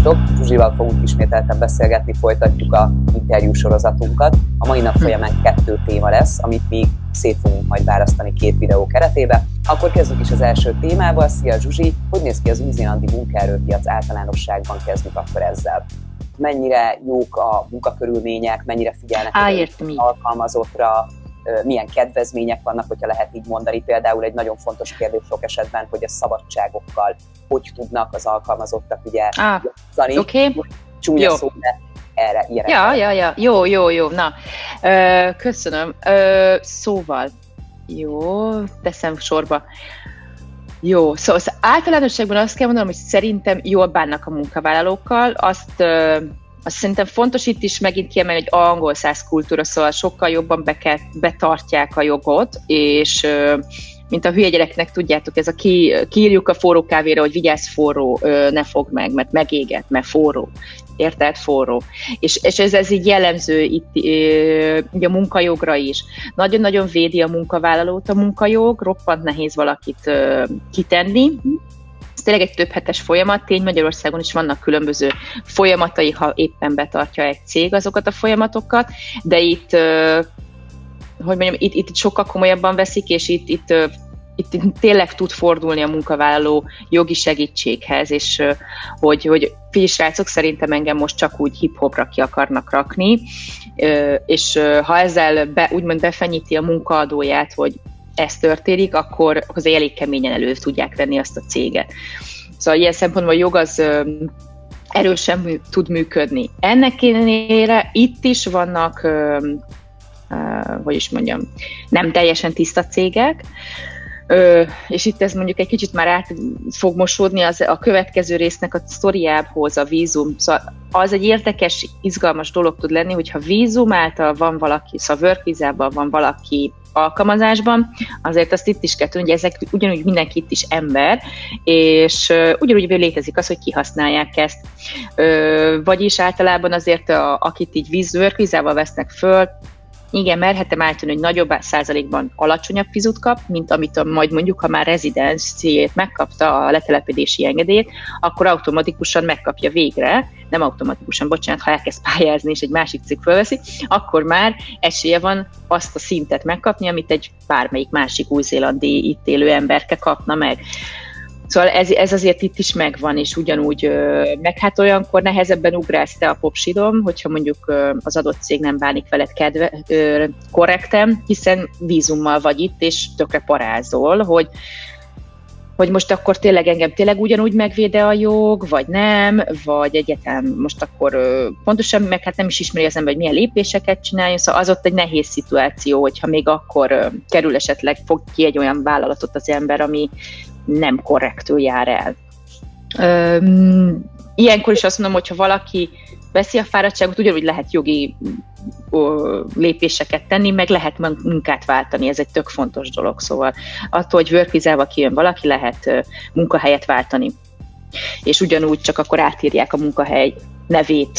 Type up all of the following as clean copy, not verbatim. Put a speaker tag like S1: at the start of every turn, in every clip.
S1: Sziasztok! Zsuzsival fogunk ismételten beszélgetni, folytatjuk a interjú sorozatunkat. A mai nap folyamán 2 téma lesz, amit mi szét fogunk majd választani 2 videó keretébe. Akkor kezdjük is az első témával. Szia Zsuzsi! Hogy néz ki az új-zélandi munkaerőpiac általánosságban? Kezdjük akkor ezzel. Mennyire jók a munkakörülmények, mennyire figyelnek az alkalmazottra, milyen kedvezmények vannak, hogyha lehet így mondani. Például egy nagyon fontos kérdés sok esetben, hogy a szabadságokkal hogy tudnak az alkalmazottak ugye játszani.
S2: Okay.
S1: Csúnya szó, de erre ilyen.
S2: Ja. Jó. Na, köszönöm. Szóval, jó, teszem sorba. Jó, szóval általánosságban azt kell mondanom, hogy szerintem jól bánnak a munkavállalókkal. Azt szerintem fontos itt is megint kiemelni, hogy angol száz kultúra, szóval sokkal jobban betartják a jogot, és mint a hülye gyereknek tudjátok, ez a kiírjuk a forró kávéra, hogy vigyázz forró, ne fogd meg, mert megéget, mert forró. Érted? Forró. És ez így jellemző itt a munkajogra is. Nagyon-nagyon védi a munkavállalót a munkajog, roppant nehéz valakit kitenni. Ez tényleg egy több hetes folyamat, tény Magyarországon is vannak különböző folyamatai, ha éppen betartja egy cég azokat a folyamatokat, de itt hogy mondjam, itt sokkal komolyabban veszik, és itt tényleg tud fordulni a munkavállaló jogi segítséghez, és hogy figyelj srácok, szerintem engem most csak úgy hip-hopra ki akarnak rakni, és ha ezzel úgymond befenyíti a munkaadóját, hogy ez történik, akkor az elég keményen elő tudják venni azt a céget. Szóval ilyen szempontból a jog az erősen tud működni. Ennek ellenére itt is vannak hogy is mondjam, nem teljesen tiszta cégek, és itt ez mondjuk egy kicsit már át fog mosódni a következő résznek a sztoriához, a vízum. Szóval az egy érdekes, izgalmas dolog tud lenni, hogyha vízum által van valaki, szóval work vizában van valaki alkalmazásban, azért azt itt is kell tudni, hogy ezek ugyanúgy mindenki itt is ember, és ugyanúgy létezik az, hogy kihasználják ezt. Vagyis általában azért, akit így work vizával vesznek föl, igen, merhetem állítani, hogy nagyobb százalékban alacsonyabb fizut kap, mint amit majd mondjuk, ha már rezidenciét megkapta, a letelepedési engedélyt, akkor automatikusan megkapja végre, nem automatikusan, bocsánat, ha elkezd pályázni és egy másik cég fölveszi, akkor már esélye van azt a szintet megkapni, amit egy bármelyik másik új-zélandi itt élő emberke kapna meg. Szóval ez azért itt is megvan, és ugyanúgy, meg hát olyankor nehezebben ugrálsz te a popsidom, hogyha mondjuk az adott cég nem bánik veled korrekten, hiszen vízummal vagy itt, és tökre parázol, hogy most akkor tényleg engem tényleg ugyanúgy megvéde a jog, vagy nem, vagy egyáltalán most akkor pontosan, meg hát nem is ismeri az ember, hogy milyen lépéseket csináljon, szóval az ott egy nehéz szituáció, hogyha még akkor kerül esetleg, fog ki egy olyan vállalatot az ember, ami nem korrektül jár el. Ilyenkor is azt mondom, hogyha valaki veszi a fáradtságot, ugyanúgy lehet jogi lépéseket tenni, meg lehet munkát váltani, ez egy tök fontos dolog, szóval attól, hogy work vizával kijön valaki, lehet munkahelyet váltani. És ugyanúgy csak akkor átírják a munkahely nevét.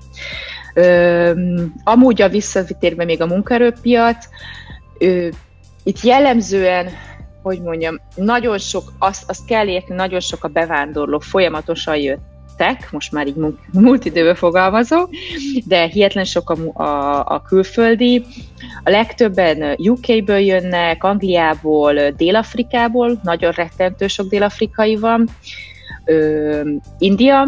S2: Amúgy a visszatérve még a munkaerőpiac, itt jellemzően hogy mondjam, nagyon sok, azt kell érteni, nagyon sok a bevándorló folyamatosan jöttek, most már így múlt időben fogalmazok, de hihetetlen sok a külföldi. A legtöbben UK-ből jönnek, Angliából, Dél-Afrikából, nagyon rettentő sok dél-afrikai van, India,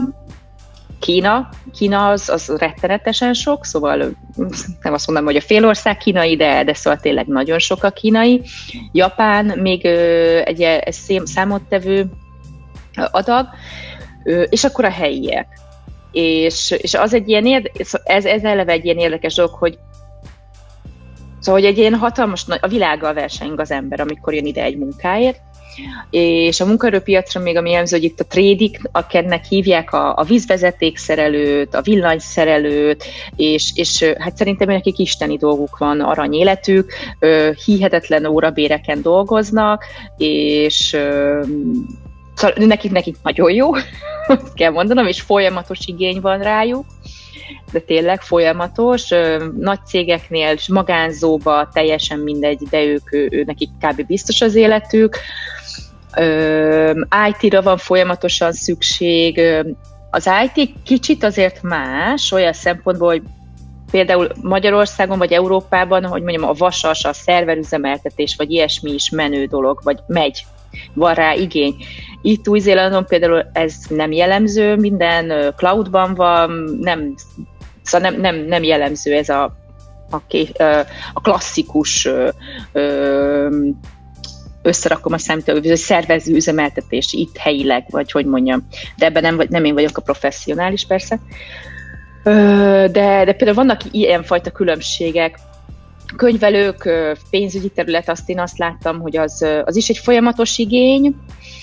S2: Kína az rettenetesen sok, szóval nem azt mondom, hogy a fél ország kínai, de szóval tényleg nagyon sok a kínai. Japán még egy számottevő adag, és akkor a helyiek. És az egy ilyen ez eleve egy ilyen érdekes dolog, hogy szóval, hogy egy ilyen hatalmas, a világgal verseng az ember, amikor jön ide egy munkáért, és a munkaerőpiacra még ami jellemző, hogy itt a trading, akiknek hívják a vízvezetékszerelőt, a villanyszerelőt, és hát szerintem nekik isteni dolguk van, aranyéletük, hihetetlen órabéreken dolgoznak, és szóval nekik nagyon jó, kell mondanom, és folyamatos igény van rájuk, de tényleg folyamatos, nagy cégeknél, magánzóba teljesen mindegy, de ők nekik kb. Biztos az életük, IT-ra van folyamatosan szükség, Az IT kicsit azért más, olyan szempontból, hogy például Magyarországon vagy Európában, hogy mondjam, a vasas, a szerverüzemeltetés, vagy ilyesmi is menő dolog, vagy van rá igény. Itt Új-Zélandon például ez nem jellemző, minden cloudban van, szóval nem jellemző ez a klasszikus összerakom a számítógépet, szervező üzemeltetés itt helyileg, vagy hogy mondjam. De ebben nem én vagyok a professzionális persze. De például vannak ilyenfajta különbségek. Könyvelők, pénzügyi terület, én azt láttam, hogy az is egy folyamatos igény.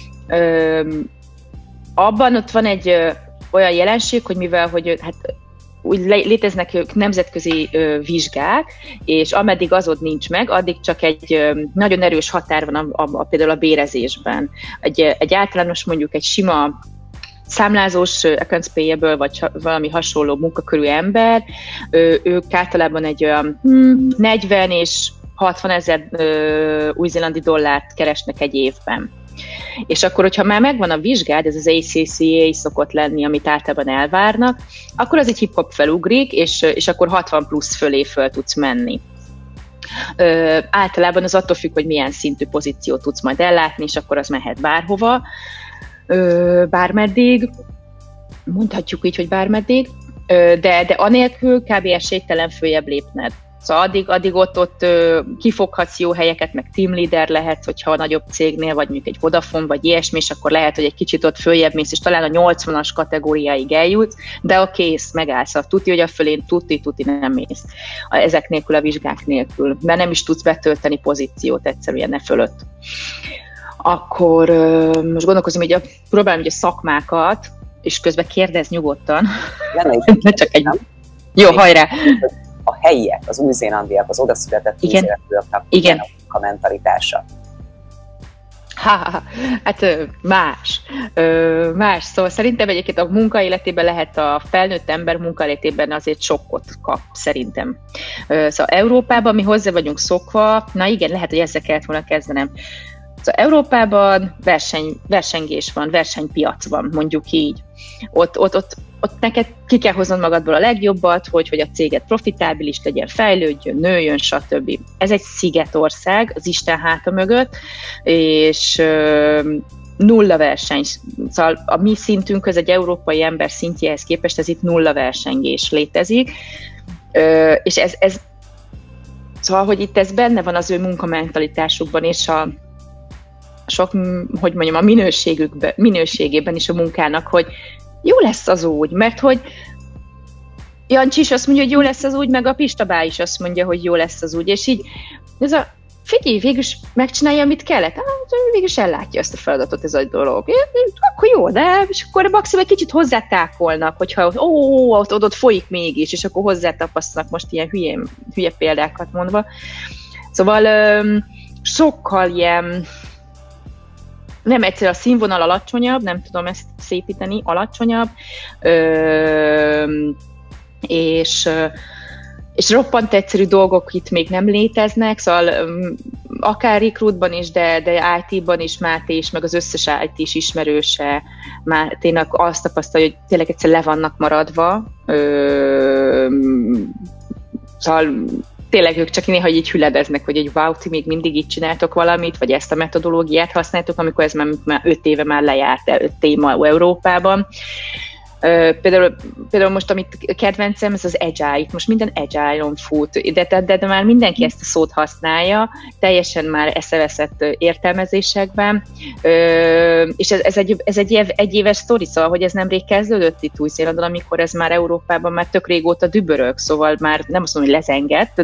S2: Abban ott van egy olyan jelenség, hogy mivel, hogy hát úgy léteznek nemzetközi vizsgák, és ameddig az ott nincs meg, addig csak egy nagyon erős határ van például a bérezésben. Egy általános, mondjuk egy sima számlázós accounts payable, vagy valami hasonló munkakörű ember, ők általában egy olyan 40 és 60 ezer új-zélandi dollárt keresnek egy évben. És akkor, hogyha már megvan a vizsgád, ez az ACCA szokott lenni, amit általában elvárnak, akkor az egy hip-hop felugrik, és akkor 60 plusz fölé föl tudsz menni. Általában az attól függ, hogy milyen szintű pozíciót tudsz majd ellátni, és akkor az mehet bárhova, bármeddig, mondhatjuk így, hogy bármeddig, de anélkül kb. Esélytelen följebb lépned. Szóval addig ott kifoghatsz jó helyeket, meg team leader lehetsz, hogyha a nagyobb cégnél, vagy mondjuk egy Vodafone, vagy ilyesmi, és akkor lehet, hogy egy kicsit ott följebb mész, és talán a 80-as kategóriáig eljutsz, de a kész, megállsz. Tuti, hogy a fölén tuti nem mész. Ezek nélkül, a vizsgák nélkül, mert nem is tudsz betölteni pozíciót egyszerűen ne fölött. Akkor most gondolkozom, hogy próbálom a szakmákat, és közben kérdezz nyugodtan.
S1: Ne csak egy...
S2: Jó, hajrá!
S1: A helyiek, az új-zélandiak, az odaszületett új-zélandiaknak milyen a mentalitása?
S2: Hát más. Szóval szerintem egyébként a munkaéletében lehet a felnőtt ember munkaéletében azért sokkot kap, szerintem. Szóval Európában mi hozzá vagyunk szokva, na igen, lehet, hogy ezzel kellett volna kezdenem. Szóval Európában versengés van, versenypiac van, mondjuk így. Ott neked ki kell hoznod magadból a legjobbat, hogy a céged profitábilis legyen, fejlődjön, nőjön, stb. Ez egy szigetország, az Isten háta mögött, és nulla verseny. Szóval a mi szintünkhöz, egy európai ember szintjéhez képest ez itt nulla versengés létezik, és ez szóval, hogy itt ez benne van az ő munkamentalitásukban, és a minőségében is a munkának, hogy jó lesz az úgy, mert hogy Jancsi is azt mondja, hogy jó lesz az úgy, meg a Pistabá is azt mondja, hogy jó lesz az úgy, és így ez figyelj, végülis megcsinálja, amit kellett, végülis ellátja ezt a feladatot, ez a dolog. Akkor jó, de és akkor maximum egy kicsit hozzátákolnak, hogyha ott folyik mégis, és akkor hozzátapasztanak, most ilyen hülye példákat mondva. Szóval sokkal ilyen, nem egyszer a színvonal alacsonyabb, nem tudom ezt szépíteni, alacsonyabb, és roppant egyszerű dolgok itt még nem léteznek, szóval akár recruitban is, de IT-ban is Máté is, meg az összes IT-s ismerőse Máténak azt tapasztalja, hogy tényleg egyszer le vannak maradva, szóval tényleg ők csak néha így hüledeznek, hogy egy wow, ti még mindig így csináltok valamit, vagy ezt a metodológiát használtok, amikor ez már 5 éve már lejárt 5 téma Európában. Például most, amit kedvencem, ez az Agile. Itt most minden Agile-on fut, de már mindenki ezt a szót használja, teljesen már eszeveszett értelmezésekben, és ez egy éves sztori, szóval, hogy ez nemrég kezdődött itt Új-Zélandon, amikor ez már Európában már tök régóta dübörög, szóval már nem azt mondom, hogy lezengett,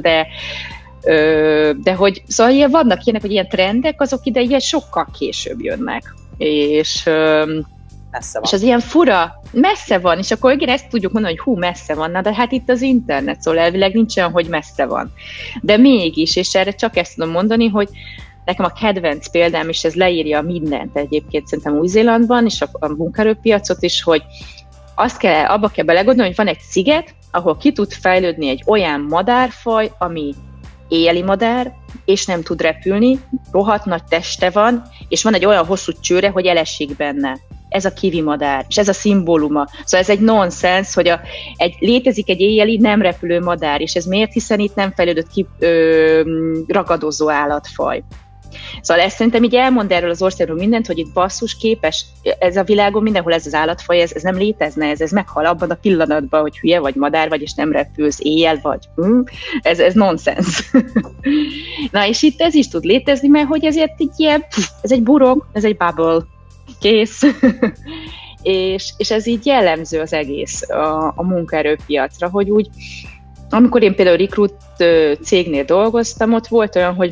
S2: de hogy szóval vannak ilyenek, hogy ilyen trendek, azok ide ilyen sokkal később jönnek, és az ilyen fura, messze van, és akkor igen, ezt tudjuk mondani, hogy messze van, de hát itt az internet, szóval elvileg nincs olyan, hogy messze van. De mégis, és erre csak ezt tudom mondani, hogy nekem a kedvenc példám, és ez leírja mindent egyébként szerintem Új-Zélandban, és a munkaerőpiacot is, hogy abba kell belegondolni, hogy van egy sziget, ahol ki tud fejlődni egy olyan madárfaj, ami éjjeli madár, és nem tud repülni, rohadt nagy teste van, és van egy olyan hosszú csőre, hogy elesik benne. ez a kiwi madár, és ez a szimbóluma. Szóval ez egy nonsens, hogy létezik egy éjjeli nem repülő madár, és ez miért, hiszen itt nem fejlődött ki ragadozó állatfaj. Szóval ezt szerintem így elmond erről az országról mindent, hogy itt basszus képes, ez a világon mindenhol ez az állatfaj, ez nem létezne, ez meghal abban a pillanatban, hogy hülye vagy madár vagy, és nem repülsz éjjel vagy. Ez nonsens. Na és itt ez is tud létezni, mert hogy ezért így ilyen, ez egy burok, ez egy bubble, kész. és ez így jellemző az egész a munkaerőpiacra, hogy úgy, amikor én például Recruit cégnél dolgoztam, ott volt olyan, hogy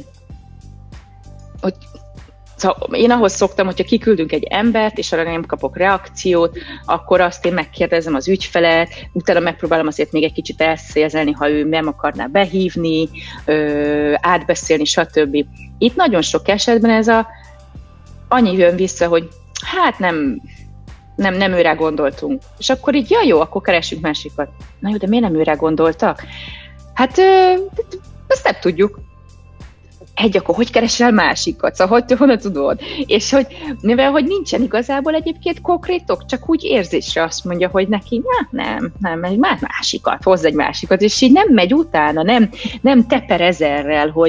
S2: szóval én ahhoz szoktam, hogyha kiküldünk egy embert, és arra nem kapok reakciót, akkor azt én megkérdezem az ügyfelet, utána megpróbálom azért még egy kicsit elszélzelni, ha ő nem akarná behívni, átbeszélni, stb. Itt nagyon sok esetben ez annyi jön vissza, hogy hát nem őre gondoltunk. És akkor így, jó, akkor keressünk másikat. Na jó, de miért nem őre gondoltak? Hát ezt nem tudjuk. Akkor hogy keresel másikat? Szóval honnan tudod? És hogy mivel hogy nincsen igazából egyébként konkrétok, csak úgy érzésre azt mondja, hogy neki nem, másikat, hozz egy másikat, és így nem megy utána, nem teper ezerrel, hogy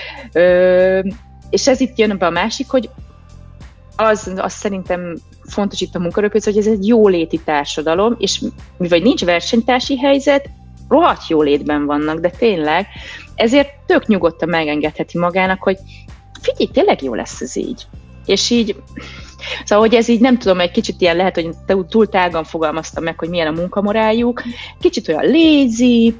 S2: és ez itt jön be a másik, hogy az szerintem fontos itt a munkaerőpiacon, hogy ez egy jóléti társadalom, és mivel nincs versenytársi helyzet, rohadt jólétben vannak, de tényleg, ezért tök nyugodtan megengedheti magának, hogy figyelj, tényleg jó lesz ez így. És így, szóval, hogy ez így nem tudom, egy kicsit ilyen lehet, hogy túl tágan fogalmaztam meg, hogy milyen a munkamoráljuk, kicsit olyan lazy,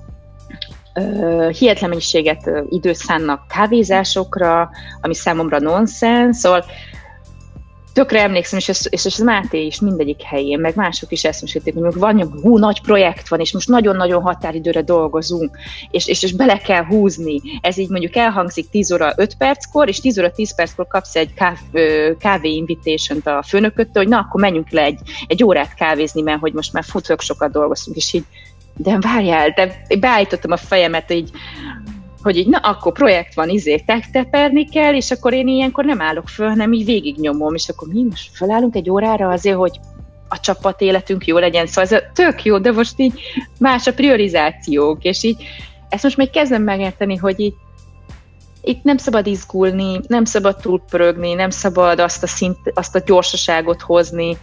S2: hihetetlen mennyiséget időt szánnak kávézásokra, ami számomra nonsens, szóval tökre emlékszem, és ez Máté is mindegyik helyén, meg mások is ezt mesélték, hogy van, nagy projekt van, és most nagyon-nagyon határidőre dolgozunk, és bele kell húzni. Ez így mondjuk elhangzik 10 óra 5 perckor, és 10 óra 10 perckor kapsz egy kávé invitation-t a főnököttől, hogy na, akkor menjünk le egy órát kávézni, mert hogy most már tök sokat dolgoztunk, és így, de várjál, de beállítottam a fejemet, így, hogy így, na, akkor projekt van, teperni kell, és akkor én ilyenkor nem állok föl, hanem így végignyomom, és akkor mi most felállunk egy órára azért, hogy a csapat életünk jó legyen, szóval ez tök jó, de most így más a priorizációk, és így ezt most még kezdem megérteni, hogy így itt nem szabad izgulni, nem szabad túlpörögni, nem szabad azt a gyorsaságot hozni,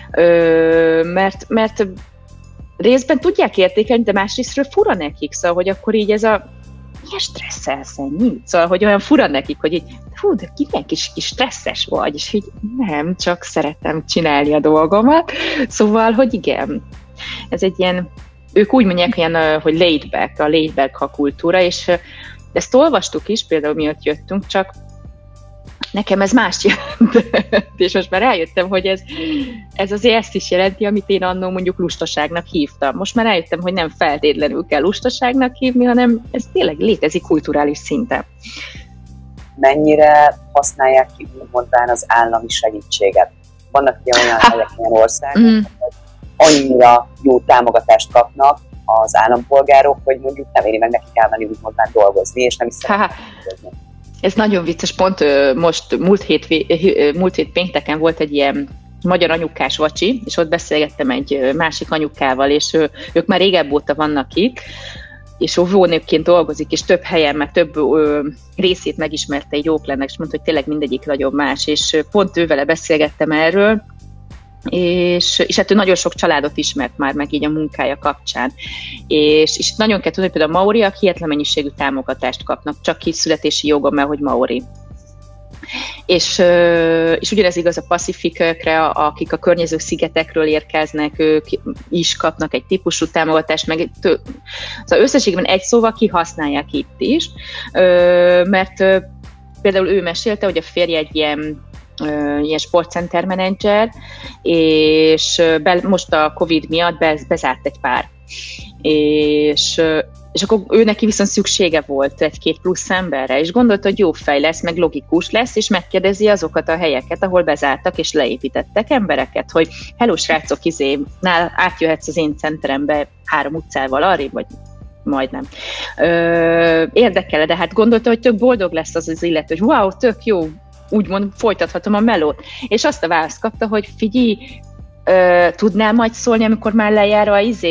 S2: mert részben tudják értékelni, de másrésztről fura nekik, szóval, hogy akkor így ez milyen stresszelsz ennyi? Szóval, hogy olyan fura nekik, hogy így, de milyen kis stresszes vagy, és így nem, csak szeretem csinálni a dolgomat. Szóval, hogy igen, ez egy ilyen, ők úgy mondják, hogy laid back, a laid back a kultúra, és ezt olvastuk is, például miatt jöttünk, csak nekem ez más jelent, és most már rájöttem, hogy ez azért ezt is jelenti, amit én annól mondjuk lustaságnak hívtam. Most már rájöttem, hogy nem feltétlenül kell lustaságnak hívni, hanem ez tényleg létezik kulturális szinten.
S1: Mennyire használják ki mondván az állami segítséget? Vannak ugye olyan helyek, olyan országok, hogy annyira jó támogatást kapnak az állampolgárok, hogy mondjuk nem éri meg nekik elmenni úgy mondván dolgozni, és nem is szeretnék dolgozni.
S2: Ez nagyon vicces, pont most múlt hét pénteken volt egy ilyen magyar anyukás vacsi, és ott beszélgettem egy másik anyukával, és ők már régebb óta vannak itt, és óvónőként dolgozik, és több helyen, meg több részét megismerte egy Oaklandnek, és mondta, hogy tényleg mindegyik nagyon más, és pont ővele beszélgettem erről, és hát ő nagyon sok családot ismert már meg így a munkája kapcsán. És nagyon kell tudni, hogy például a maoriak hihetetlen mennyiségű támogatást kapnak, csak ki születési jogom, mert hogy maori. És ugyanez igaz a pacifikekre, akik a környező szigetekről érkeznek, ők is kapnak egy típusú támogatást, meg szóval összességben egy szóval kihasználják itt is, mert például ő mesélte, hogy a férje egy ilyen sportcenter menedzser, és most a Covid miatt bezárt egy pár. És akkor ő neki viszont szüksége volt egy-két plusz emberre, és gondolta, hogy jó fej lesz, meg logikus lesz, és megkérdezi azokat a helyeket, ahol bezártak, és leépítettek embereket, hogy hello srácok, átjöhetsz az én centerembe 3 utcával arrébb, vagy majdnem. Érdekel, de hát gondolta, hogy tök boldog lesz az illető, hogy wow, tök jó, úgymond folytathatom a melót. És azt a választ kapta, hogy figyelj, tudnál majd szólni, amikor már lejár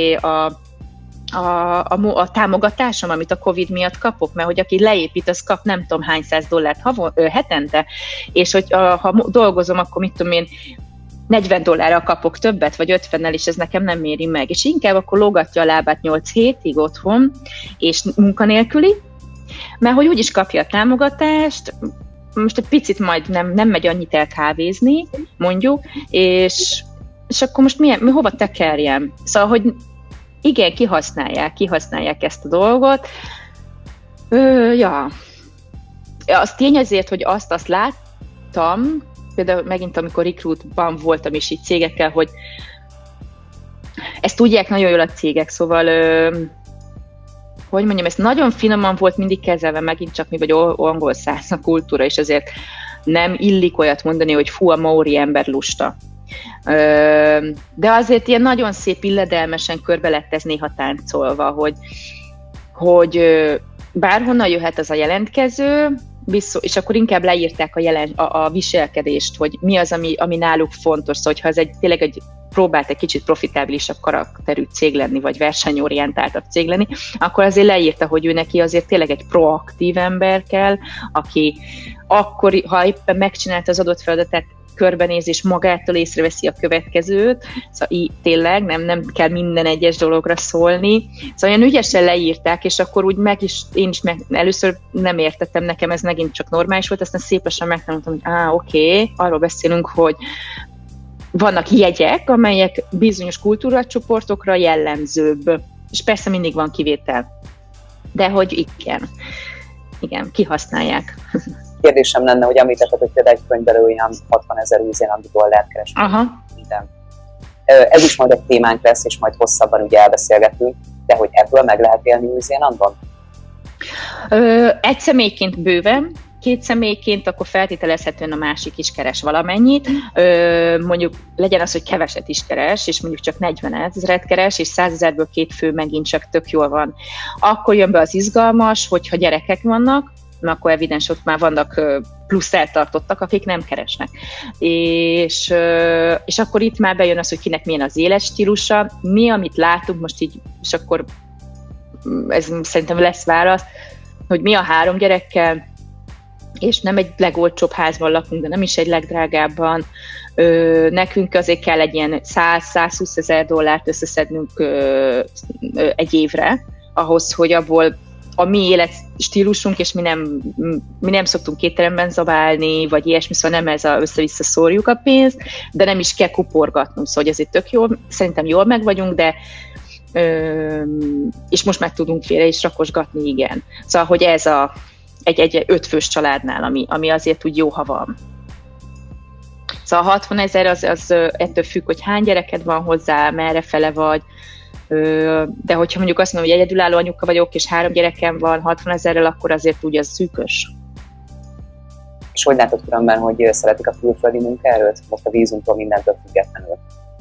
S2: a támogatásom, amit a Covid miatt kapok, mert hogy aki leépít, az kap nem tudom hány $100 hetente, és hogy ha dolgozom, akkor mit tudom én, $40 kapok többet, vagy 50-nel, és ez nekem nem méri meg. És inkább akkor lógatja a lábát 8 hétig otthon, és munkanélküli, mert hogy úgyis kapja a támogatást, most egy picit majd nem megy annyit el kávézni, mondjuk, és akkor most hova tekerjem? Szóval, hogy igen, kihasználják ezt a dolgot. Az tény azért, hogy azt láttam, például megint, amikor Recruitban voltam is így cégekkel, hogy ezt tudják nagyon jól a cégek, szóval hogy mondjam, ez nagyon finoman volt mindig kezelve, megint csak mi vagy angol száz a kultúra, és ezért nem illik olyat mondani, hogy fú, a maori ember lusta. De azért ilyen nagyon szép illedelmesen körbe lett ez néha táncolva, hogy bárhonnan jöhet az a jelentkező, és akkor inkább leírták a viselkedést, hogy mi az, ami náluk fontos. Szóval, hogyha ez tényleg próbált egy kicsit profitábilisabb karakterű cég lenni, vagy versenyorientáltabb cég lenni, akkor azért leírta, hogy ő neki azért tényleg egy proaktív ember kell, aki akkor, ha éppen megcsinálta az adott feladatát, körbenéz és magától észreveszi a következőt, szóval tényleg nem kell minden egyes dologra szólni. Szóval olyan ügyesen leírták, és akkor úgy én is először nem értettem, nekem ez megint csak normális volt, aztán szép lassan megtanultam, hogy oké, arról beszélünk, hogy vannak jegyek, amelyek bizonyos kultúracsoportokra jellemzőbb, és persze mindig van kivétel. De hogy igen, kihasználják.
S1: Kérdésem lenne, hogy említetted, hogy például egy könyvbelül olyan 60 000 új-zélandi dollárt keresni. Minden. Ez is majd egy témánk lesz, és majd hosszabban ugye elbeszélgetünk, de hogy ebből meg lehet élni Új-Zélandon?
S2: Egy személyként bőven, 2 személyként, akkor feltételezhetően a másik is keres valamennyit. Mondjuk legyen az, hogy keveset is keres, és mondjuk csak 40 000 keres, és 100 000-ből 2 fő megint csak tök jól van. Akkor jön be az izgalmas, hogyha gyerekek vannak, mert akkor evidens ott már vannak plusz eltartottak, akik nem keresnek. És akkor itt már bejön az, hogy kinek milyen az életstílusa. Mi, amit látunk most így, és akkor ez szerintem lesz válasz, hogy mi a 3 gyerekkel, és nem egy legolcsóbb házban lakunk, de nem is egy legdrágábban. Nekünk azért kell egy ilyen 100-120 000 $ összeszednünk egy évre, ahhoz, hogy abból a mi életstílusunk, és mi nem szoktunk étteremben zabálni, vagy ilyesmi, szóval nem össze-vissza szórjuk a pénzt, de nem is kell kuporgatnunk, szóval ezért tök jól, szerintem jól meg vagyunk, de és most meg tudunk félre is rakosgatni, igen. Szóval, hogy ez egy 5 fős családnál, ami azért úgy jó, ha van. Szóval 60 000 az ettől függ, hogy hány gyereked van hozzá, merre fele vagy, de hogyha mondjuk azt mondom, hogy egyedülálló anyuka vagyok, és 3 gyerekem van 60 000-rel, akkor azért úgy az szűkös.
S1: És hogy látod különben, hogy szeretik a külföldi munkaerőt? Most a vízumtól mindentől függetlenül.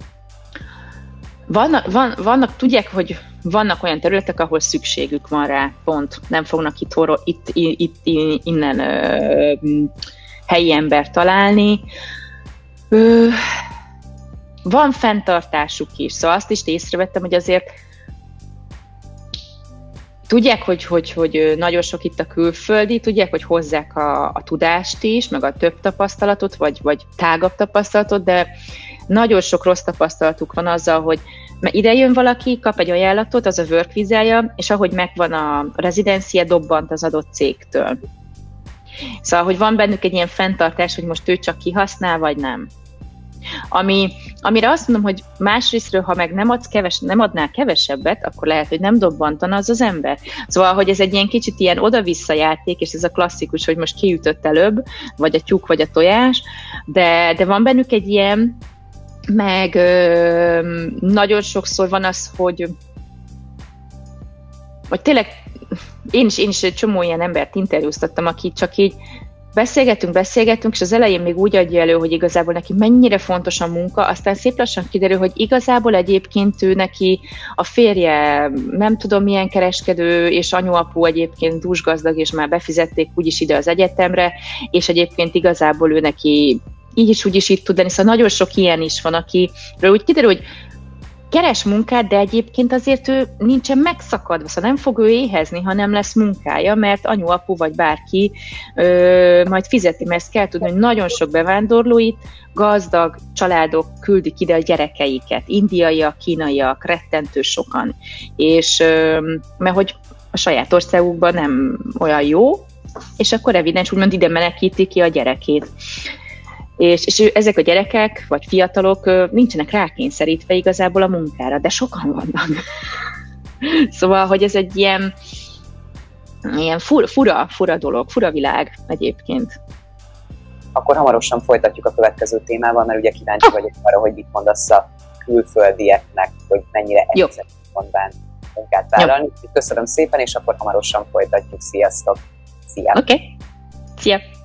S2: Vannak, tudják, hogy vannak olyan területek, ahol szükségük van rá, pont. Nem fognak innen helyi embert találni. Van fenntartásuk is, szóval azt is észrevettem, hogy azért tudják, hogy nagyon sok itt a külföldi, tudják, hogy hozzák a tudást is, meg a több tapasztalatot, vagy tágabb tapasztalatot, de nagyon sok rossz tapasztalatuk van azzal, hogy ide jön valaki, kap egy ajánlatot, az a work vízája, és ahogy megvan a rezidencia, dobbant az adott cégtől. Szóval, hogy van bennük egy ilyen fenntartás, hogy most ő csak kihasznál, vagy nem. Amire azt mondom, hogy másrésztről, ha meg nem adnál kevesebbet, akkor lehet, hogy nem dobbantana az ember. Szóval, hogy ez egy ilyen kicsit ilyen oda-vissza játék, és ez a klasszikus, hogy most kiütött előbb, vagy a tyúk, vagy a tojás, de van bennük egy ilyen, meg nagyon sokszor van az, hogy tényleg én is egy csomó ilyen embert interjúztattam, aki csak így beszélgettünk, és az elején még úgy adja elő, hogy igazából neki mennyire fontos a munka, aztán szép lassan kiderül, hogy igazából egyébként ő neki a férje nem tudom milyen kereskedő, és anyu-apu egyébként dúsgazdag, és már befizették úgyis ide az egyetemre, és egyébként igazából ő neki így is úgy is itt tud lenni, szóval nagyon sok ilyen is van, akiről úgy kiderül, hogy keres munkát, de egyébként azért ő nincsen megszakadva, szóval nem fog ő éhezni, ha nem lesz munkája, mert anyu-apu vagy bárki majd fizeti, mert ezt kell tudni, hogy nagyon sok bevándorlóit gazdag családok küldik ide a gyerekeiket, indiaiak, kínaiak, rettentő sokan, és mert hogy a saját országukban nem olyan jó, és akkor evidens úgymond ide menekíti ki a gyerekét. És ezek a gyerekek, vagy fiatalok nincsenek rákényszerítve igazából a munkára, de sokan vannak. Szóval, hogy ez egy ilyen fura dolog, fura világ egyébként.
S1: Akkor hamarosan folytatjuk a következő témával, mert ugye kíváncsi vagyok arra, hogy mit mondasz a külföldieknek, hogy mennyire egyszerű mondván munkát vállalni. Köszönöm szépen, és akkor hamarosan folytatjuk. Sziasztok! Szia!
S2: Oké. Szia!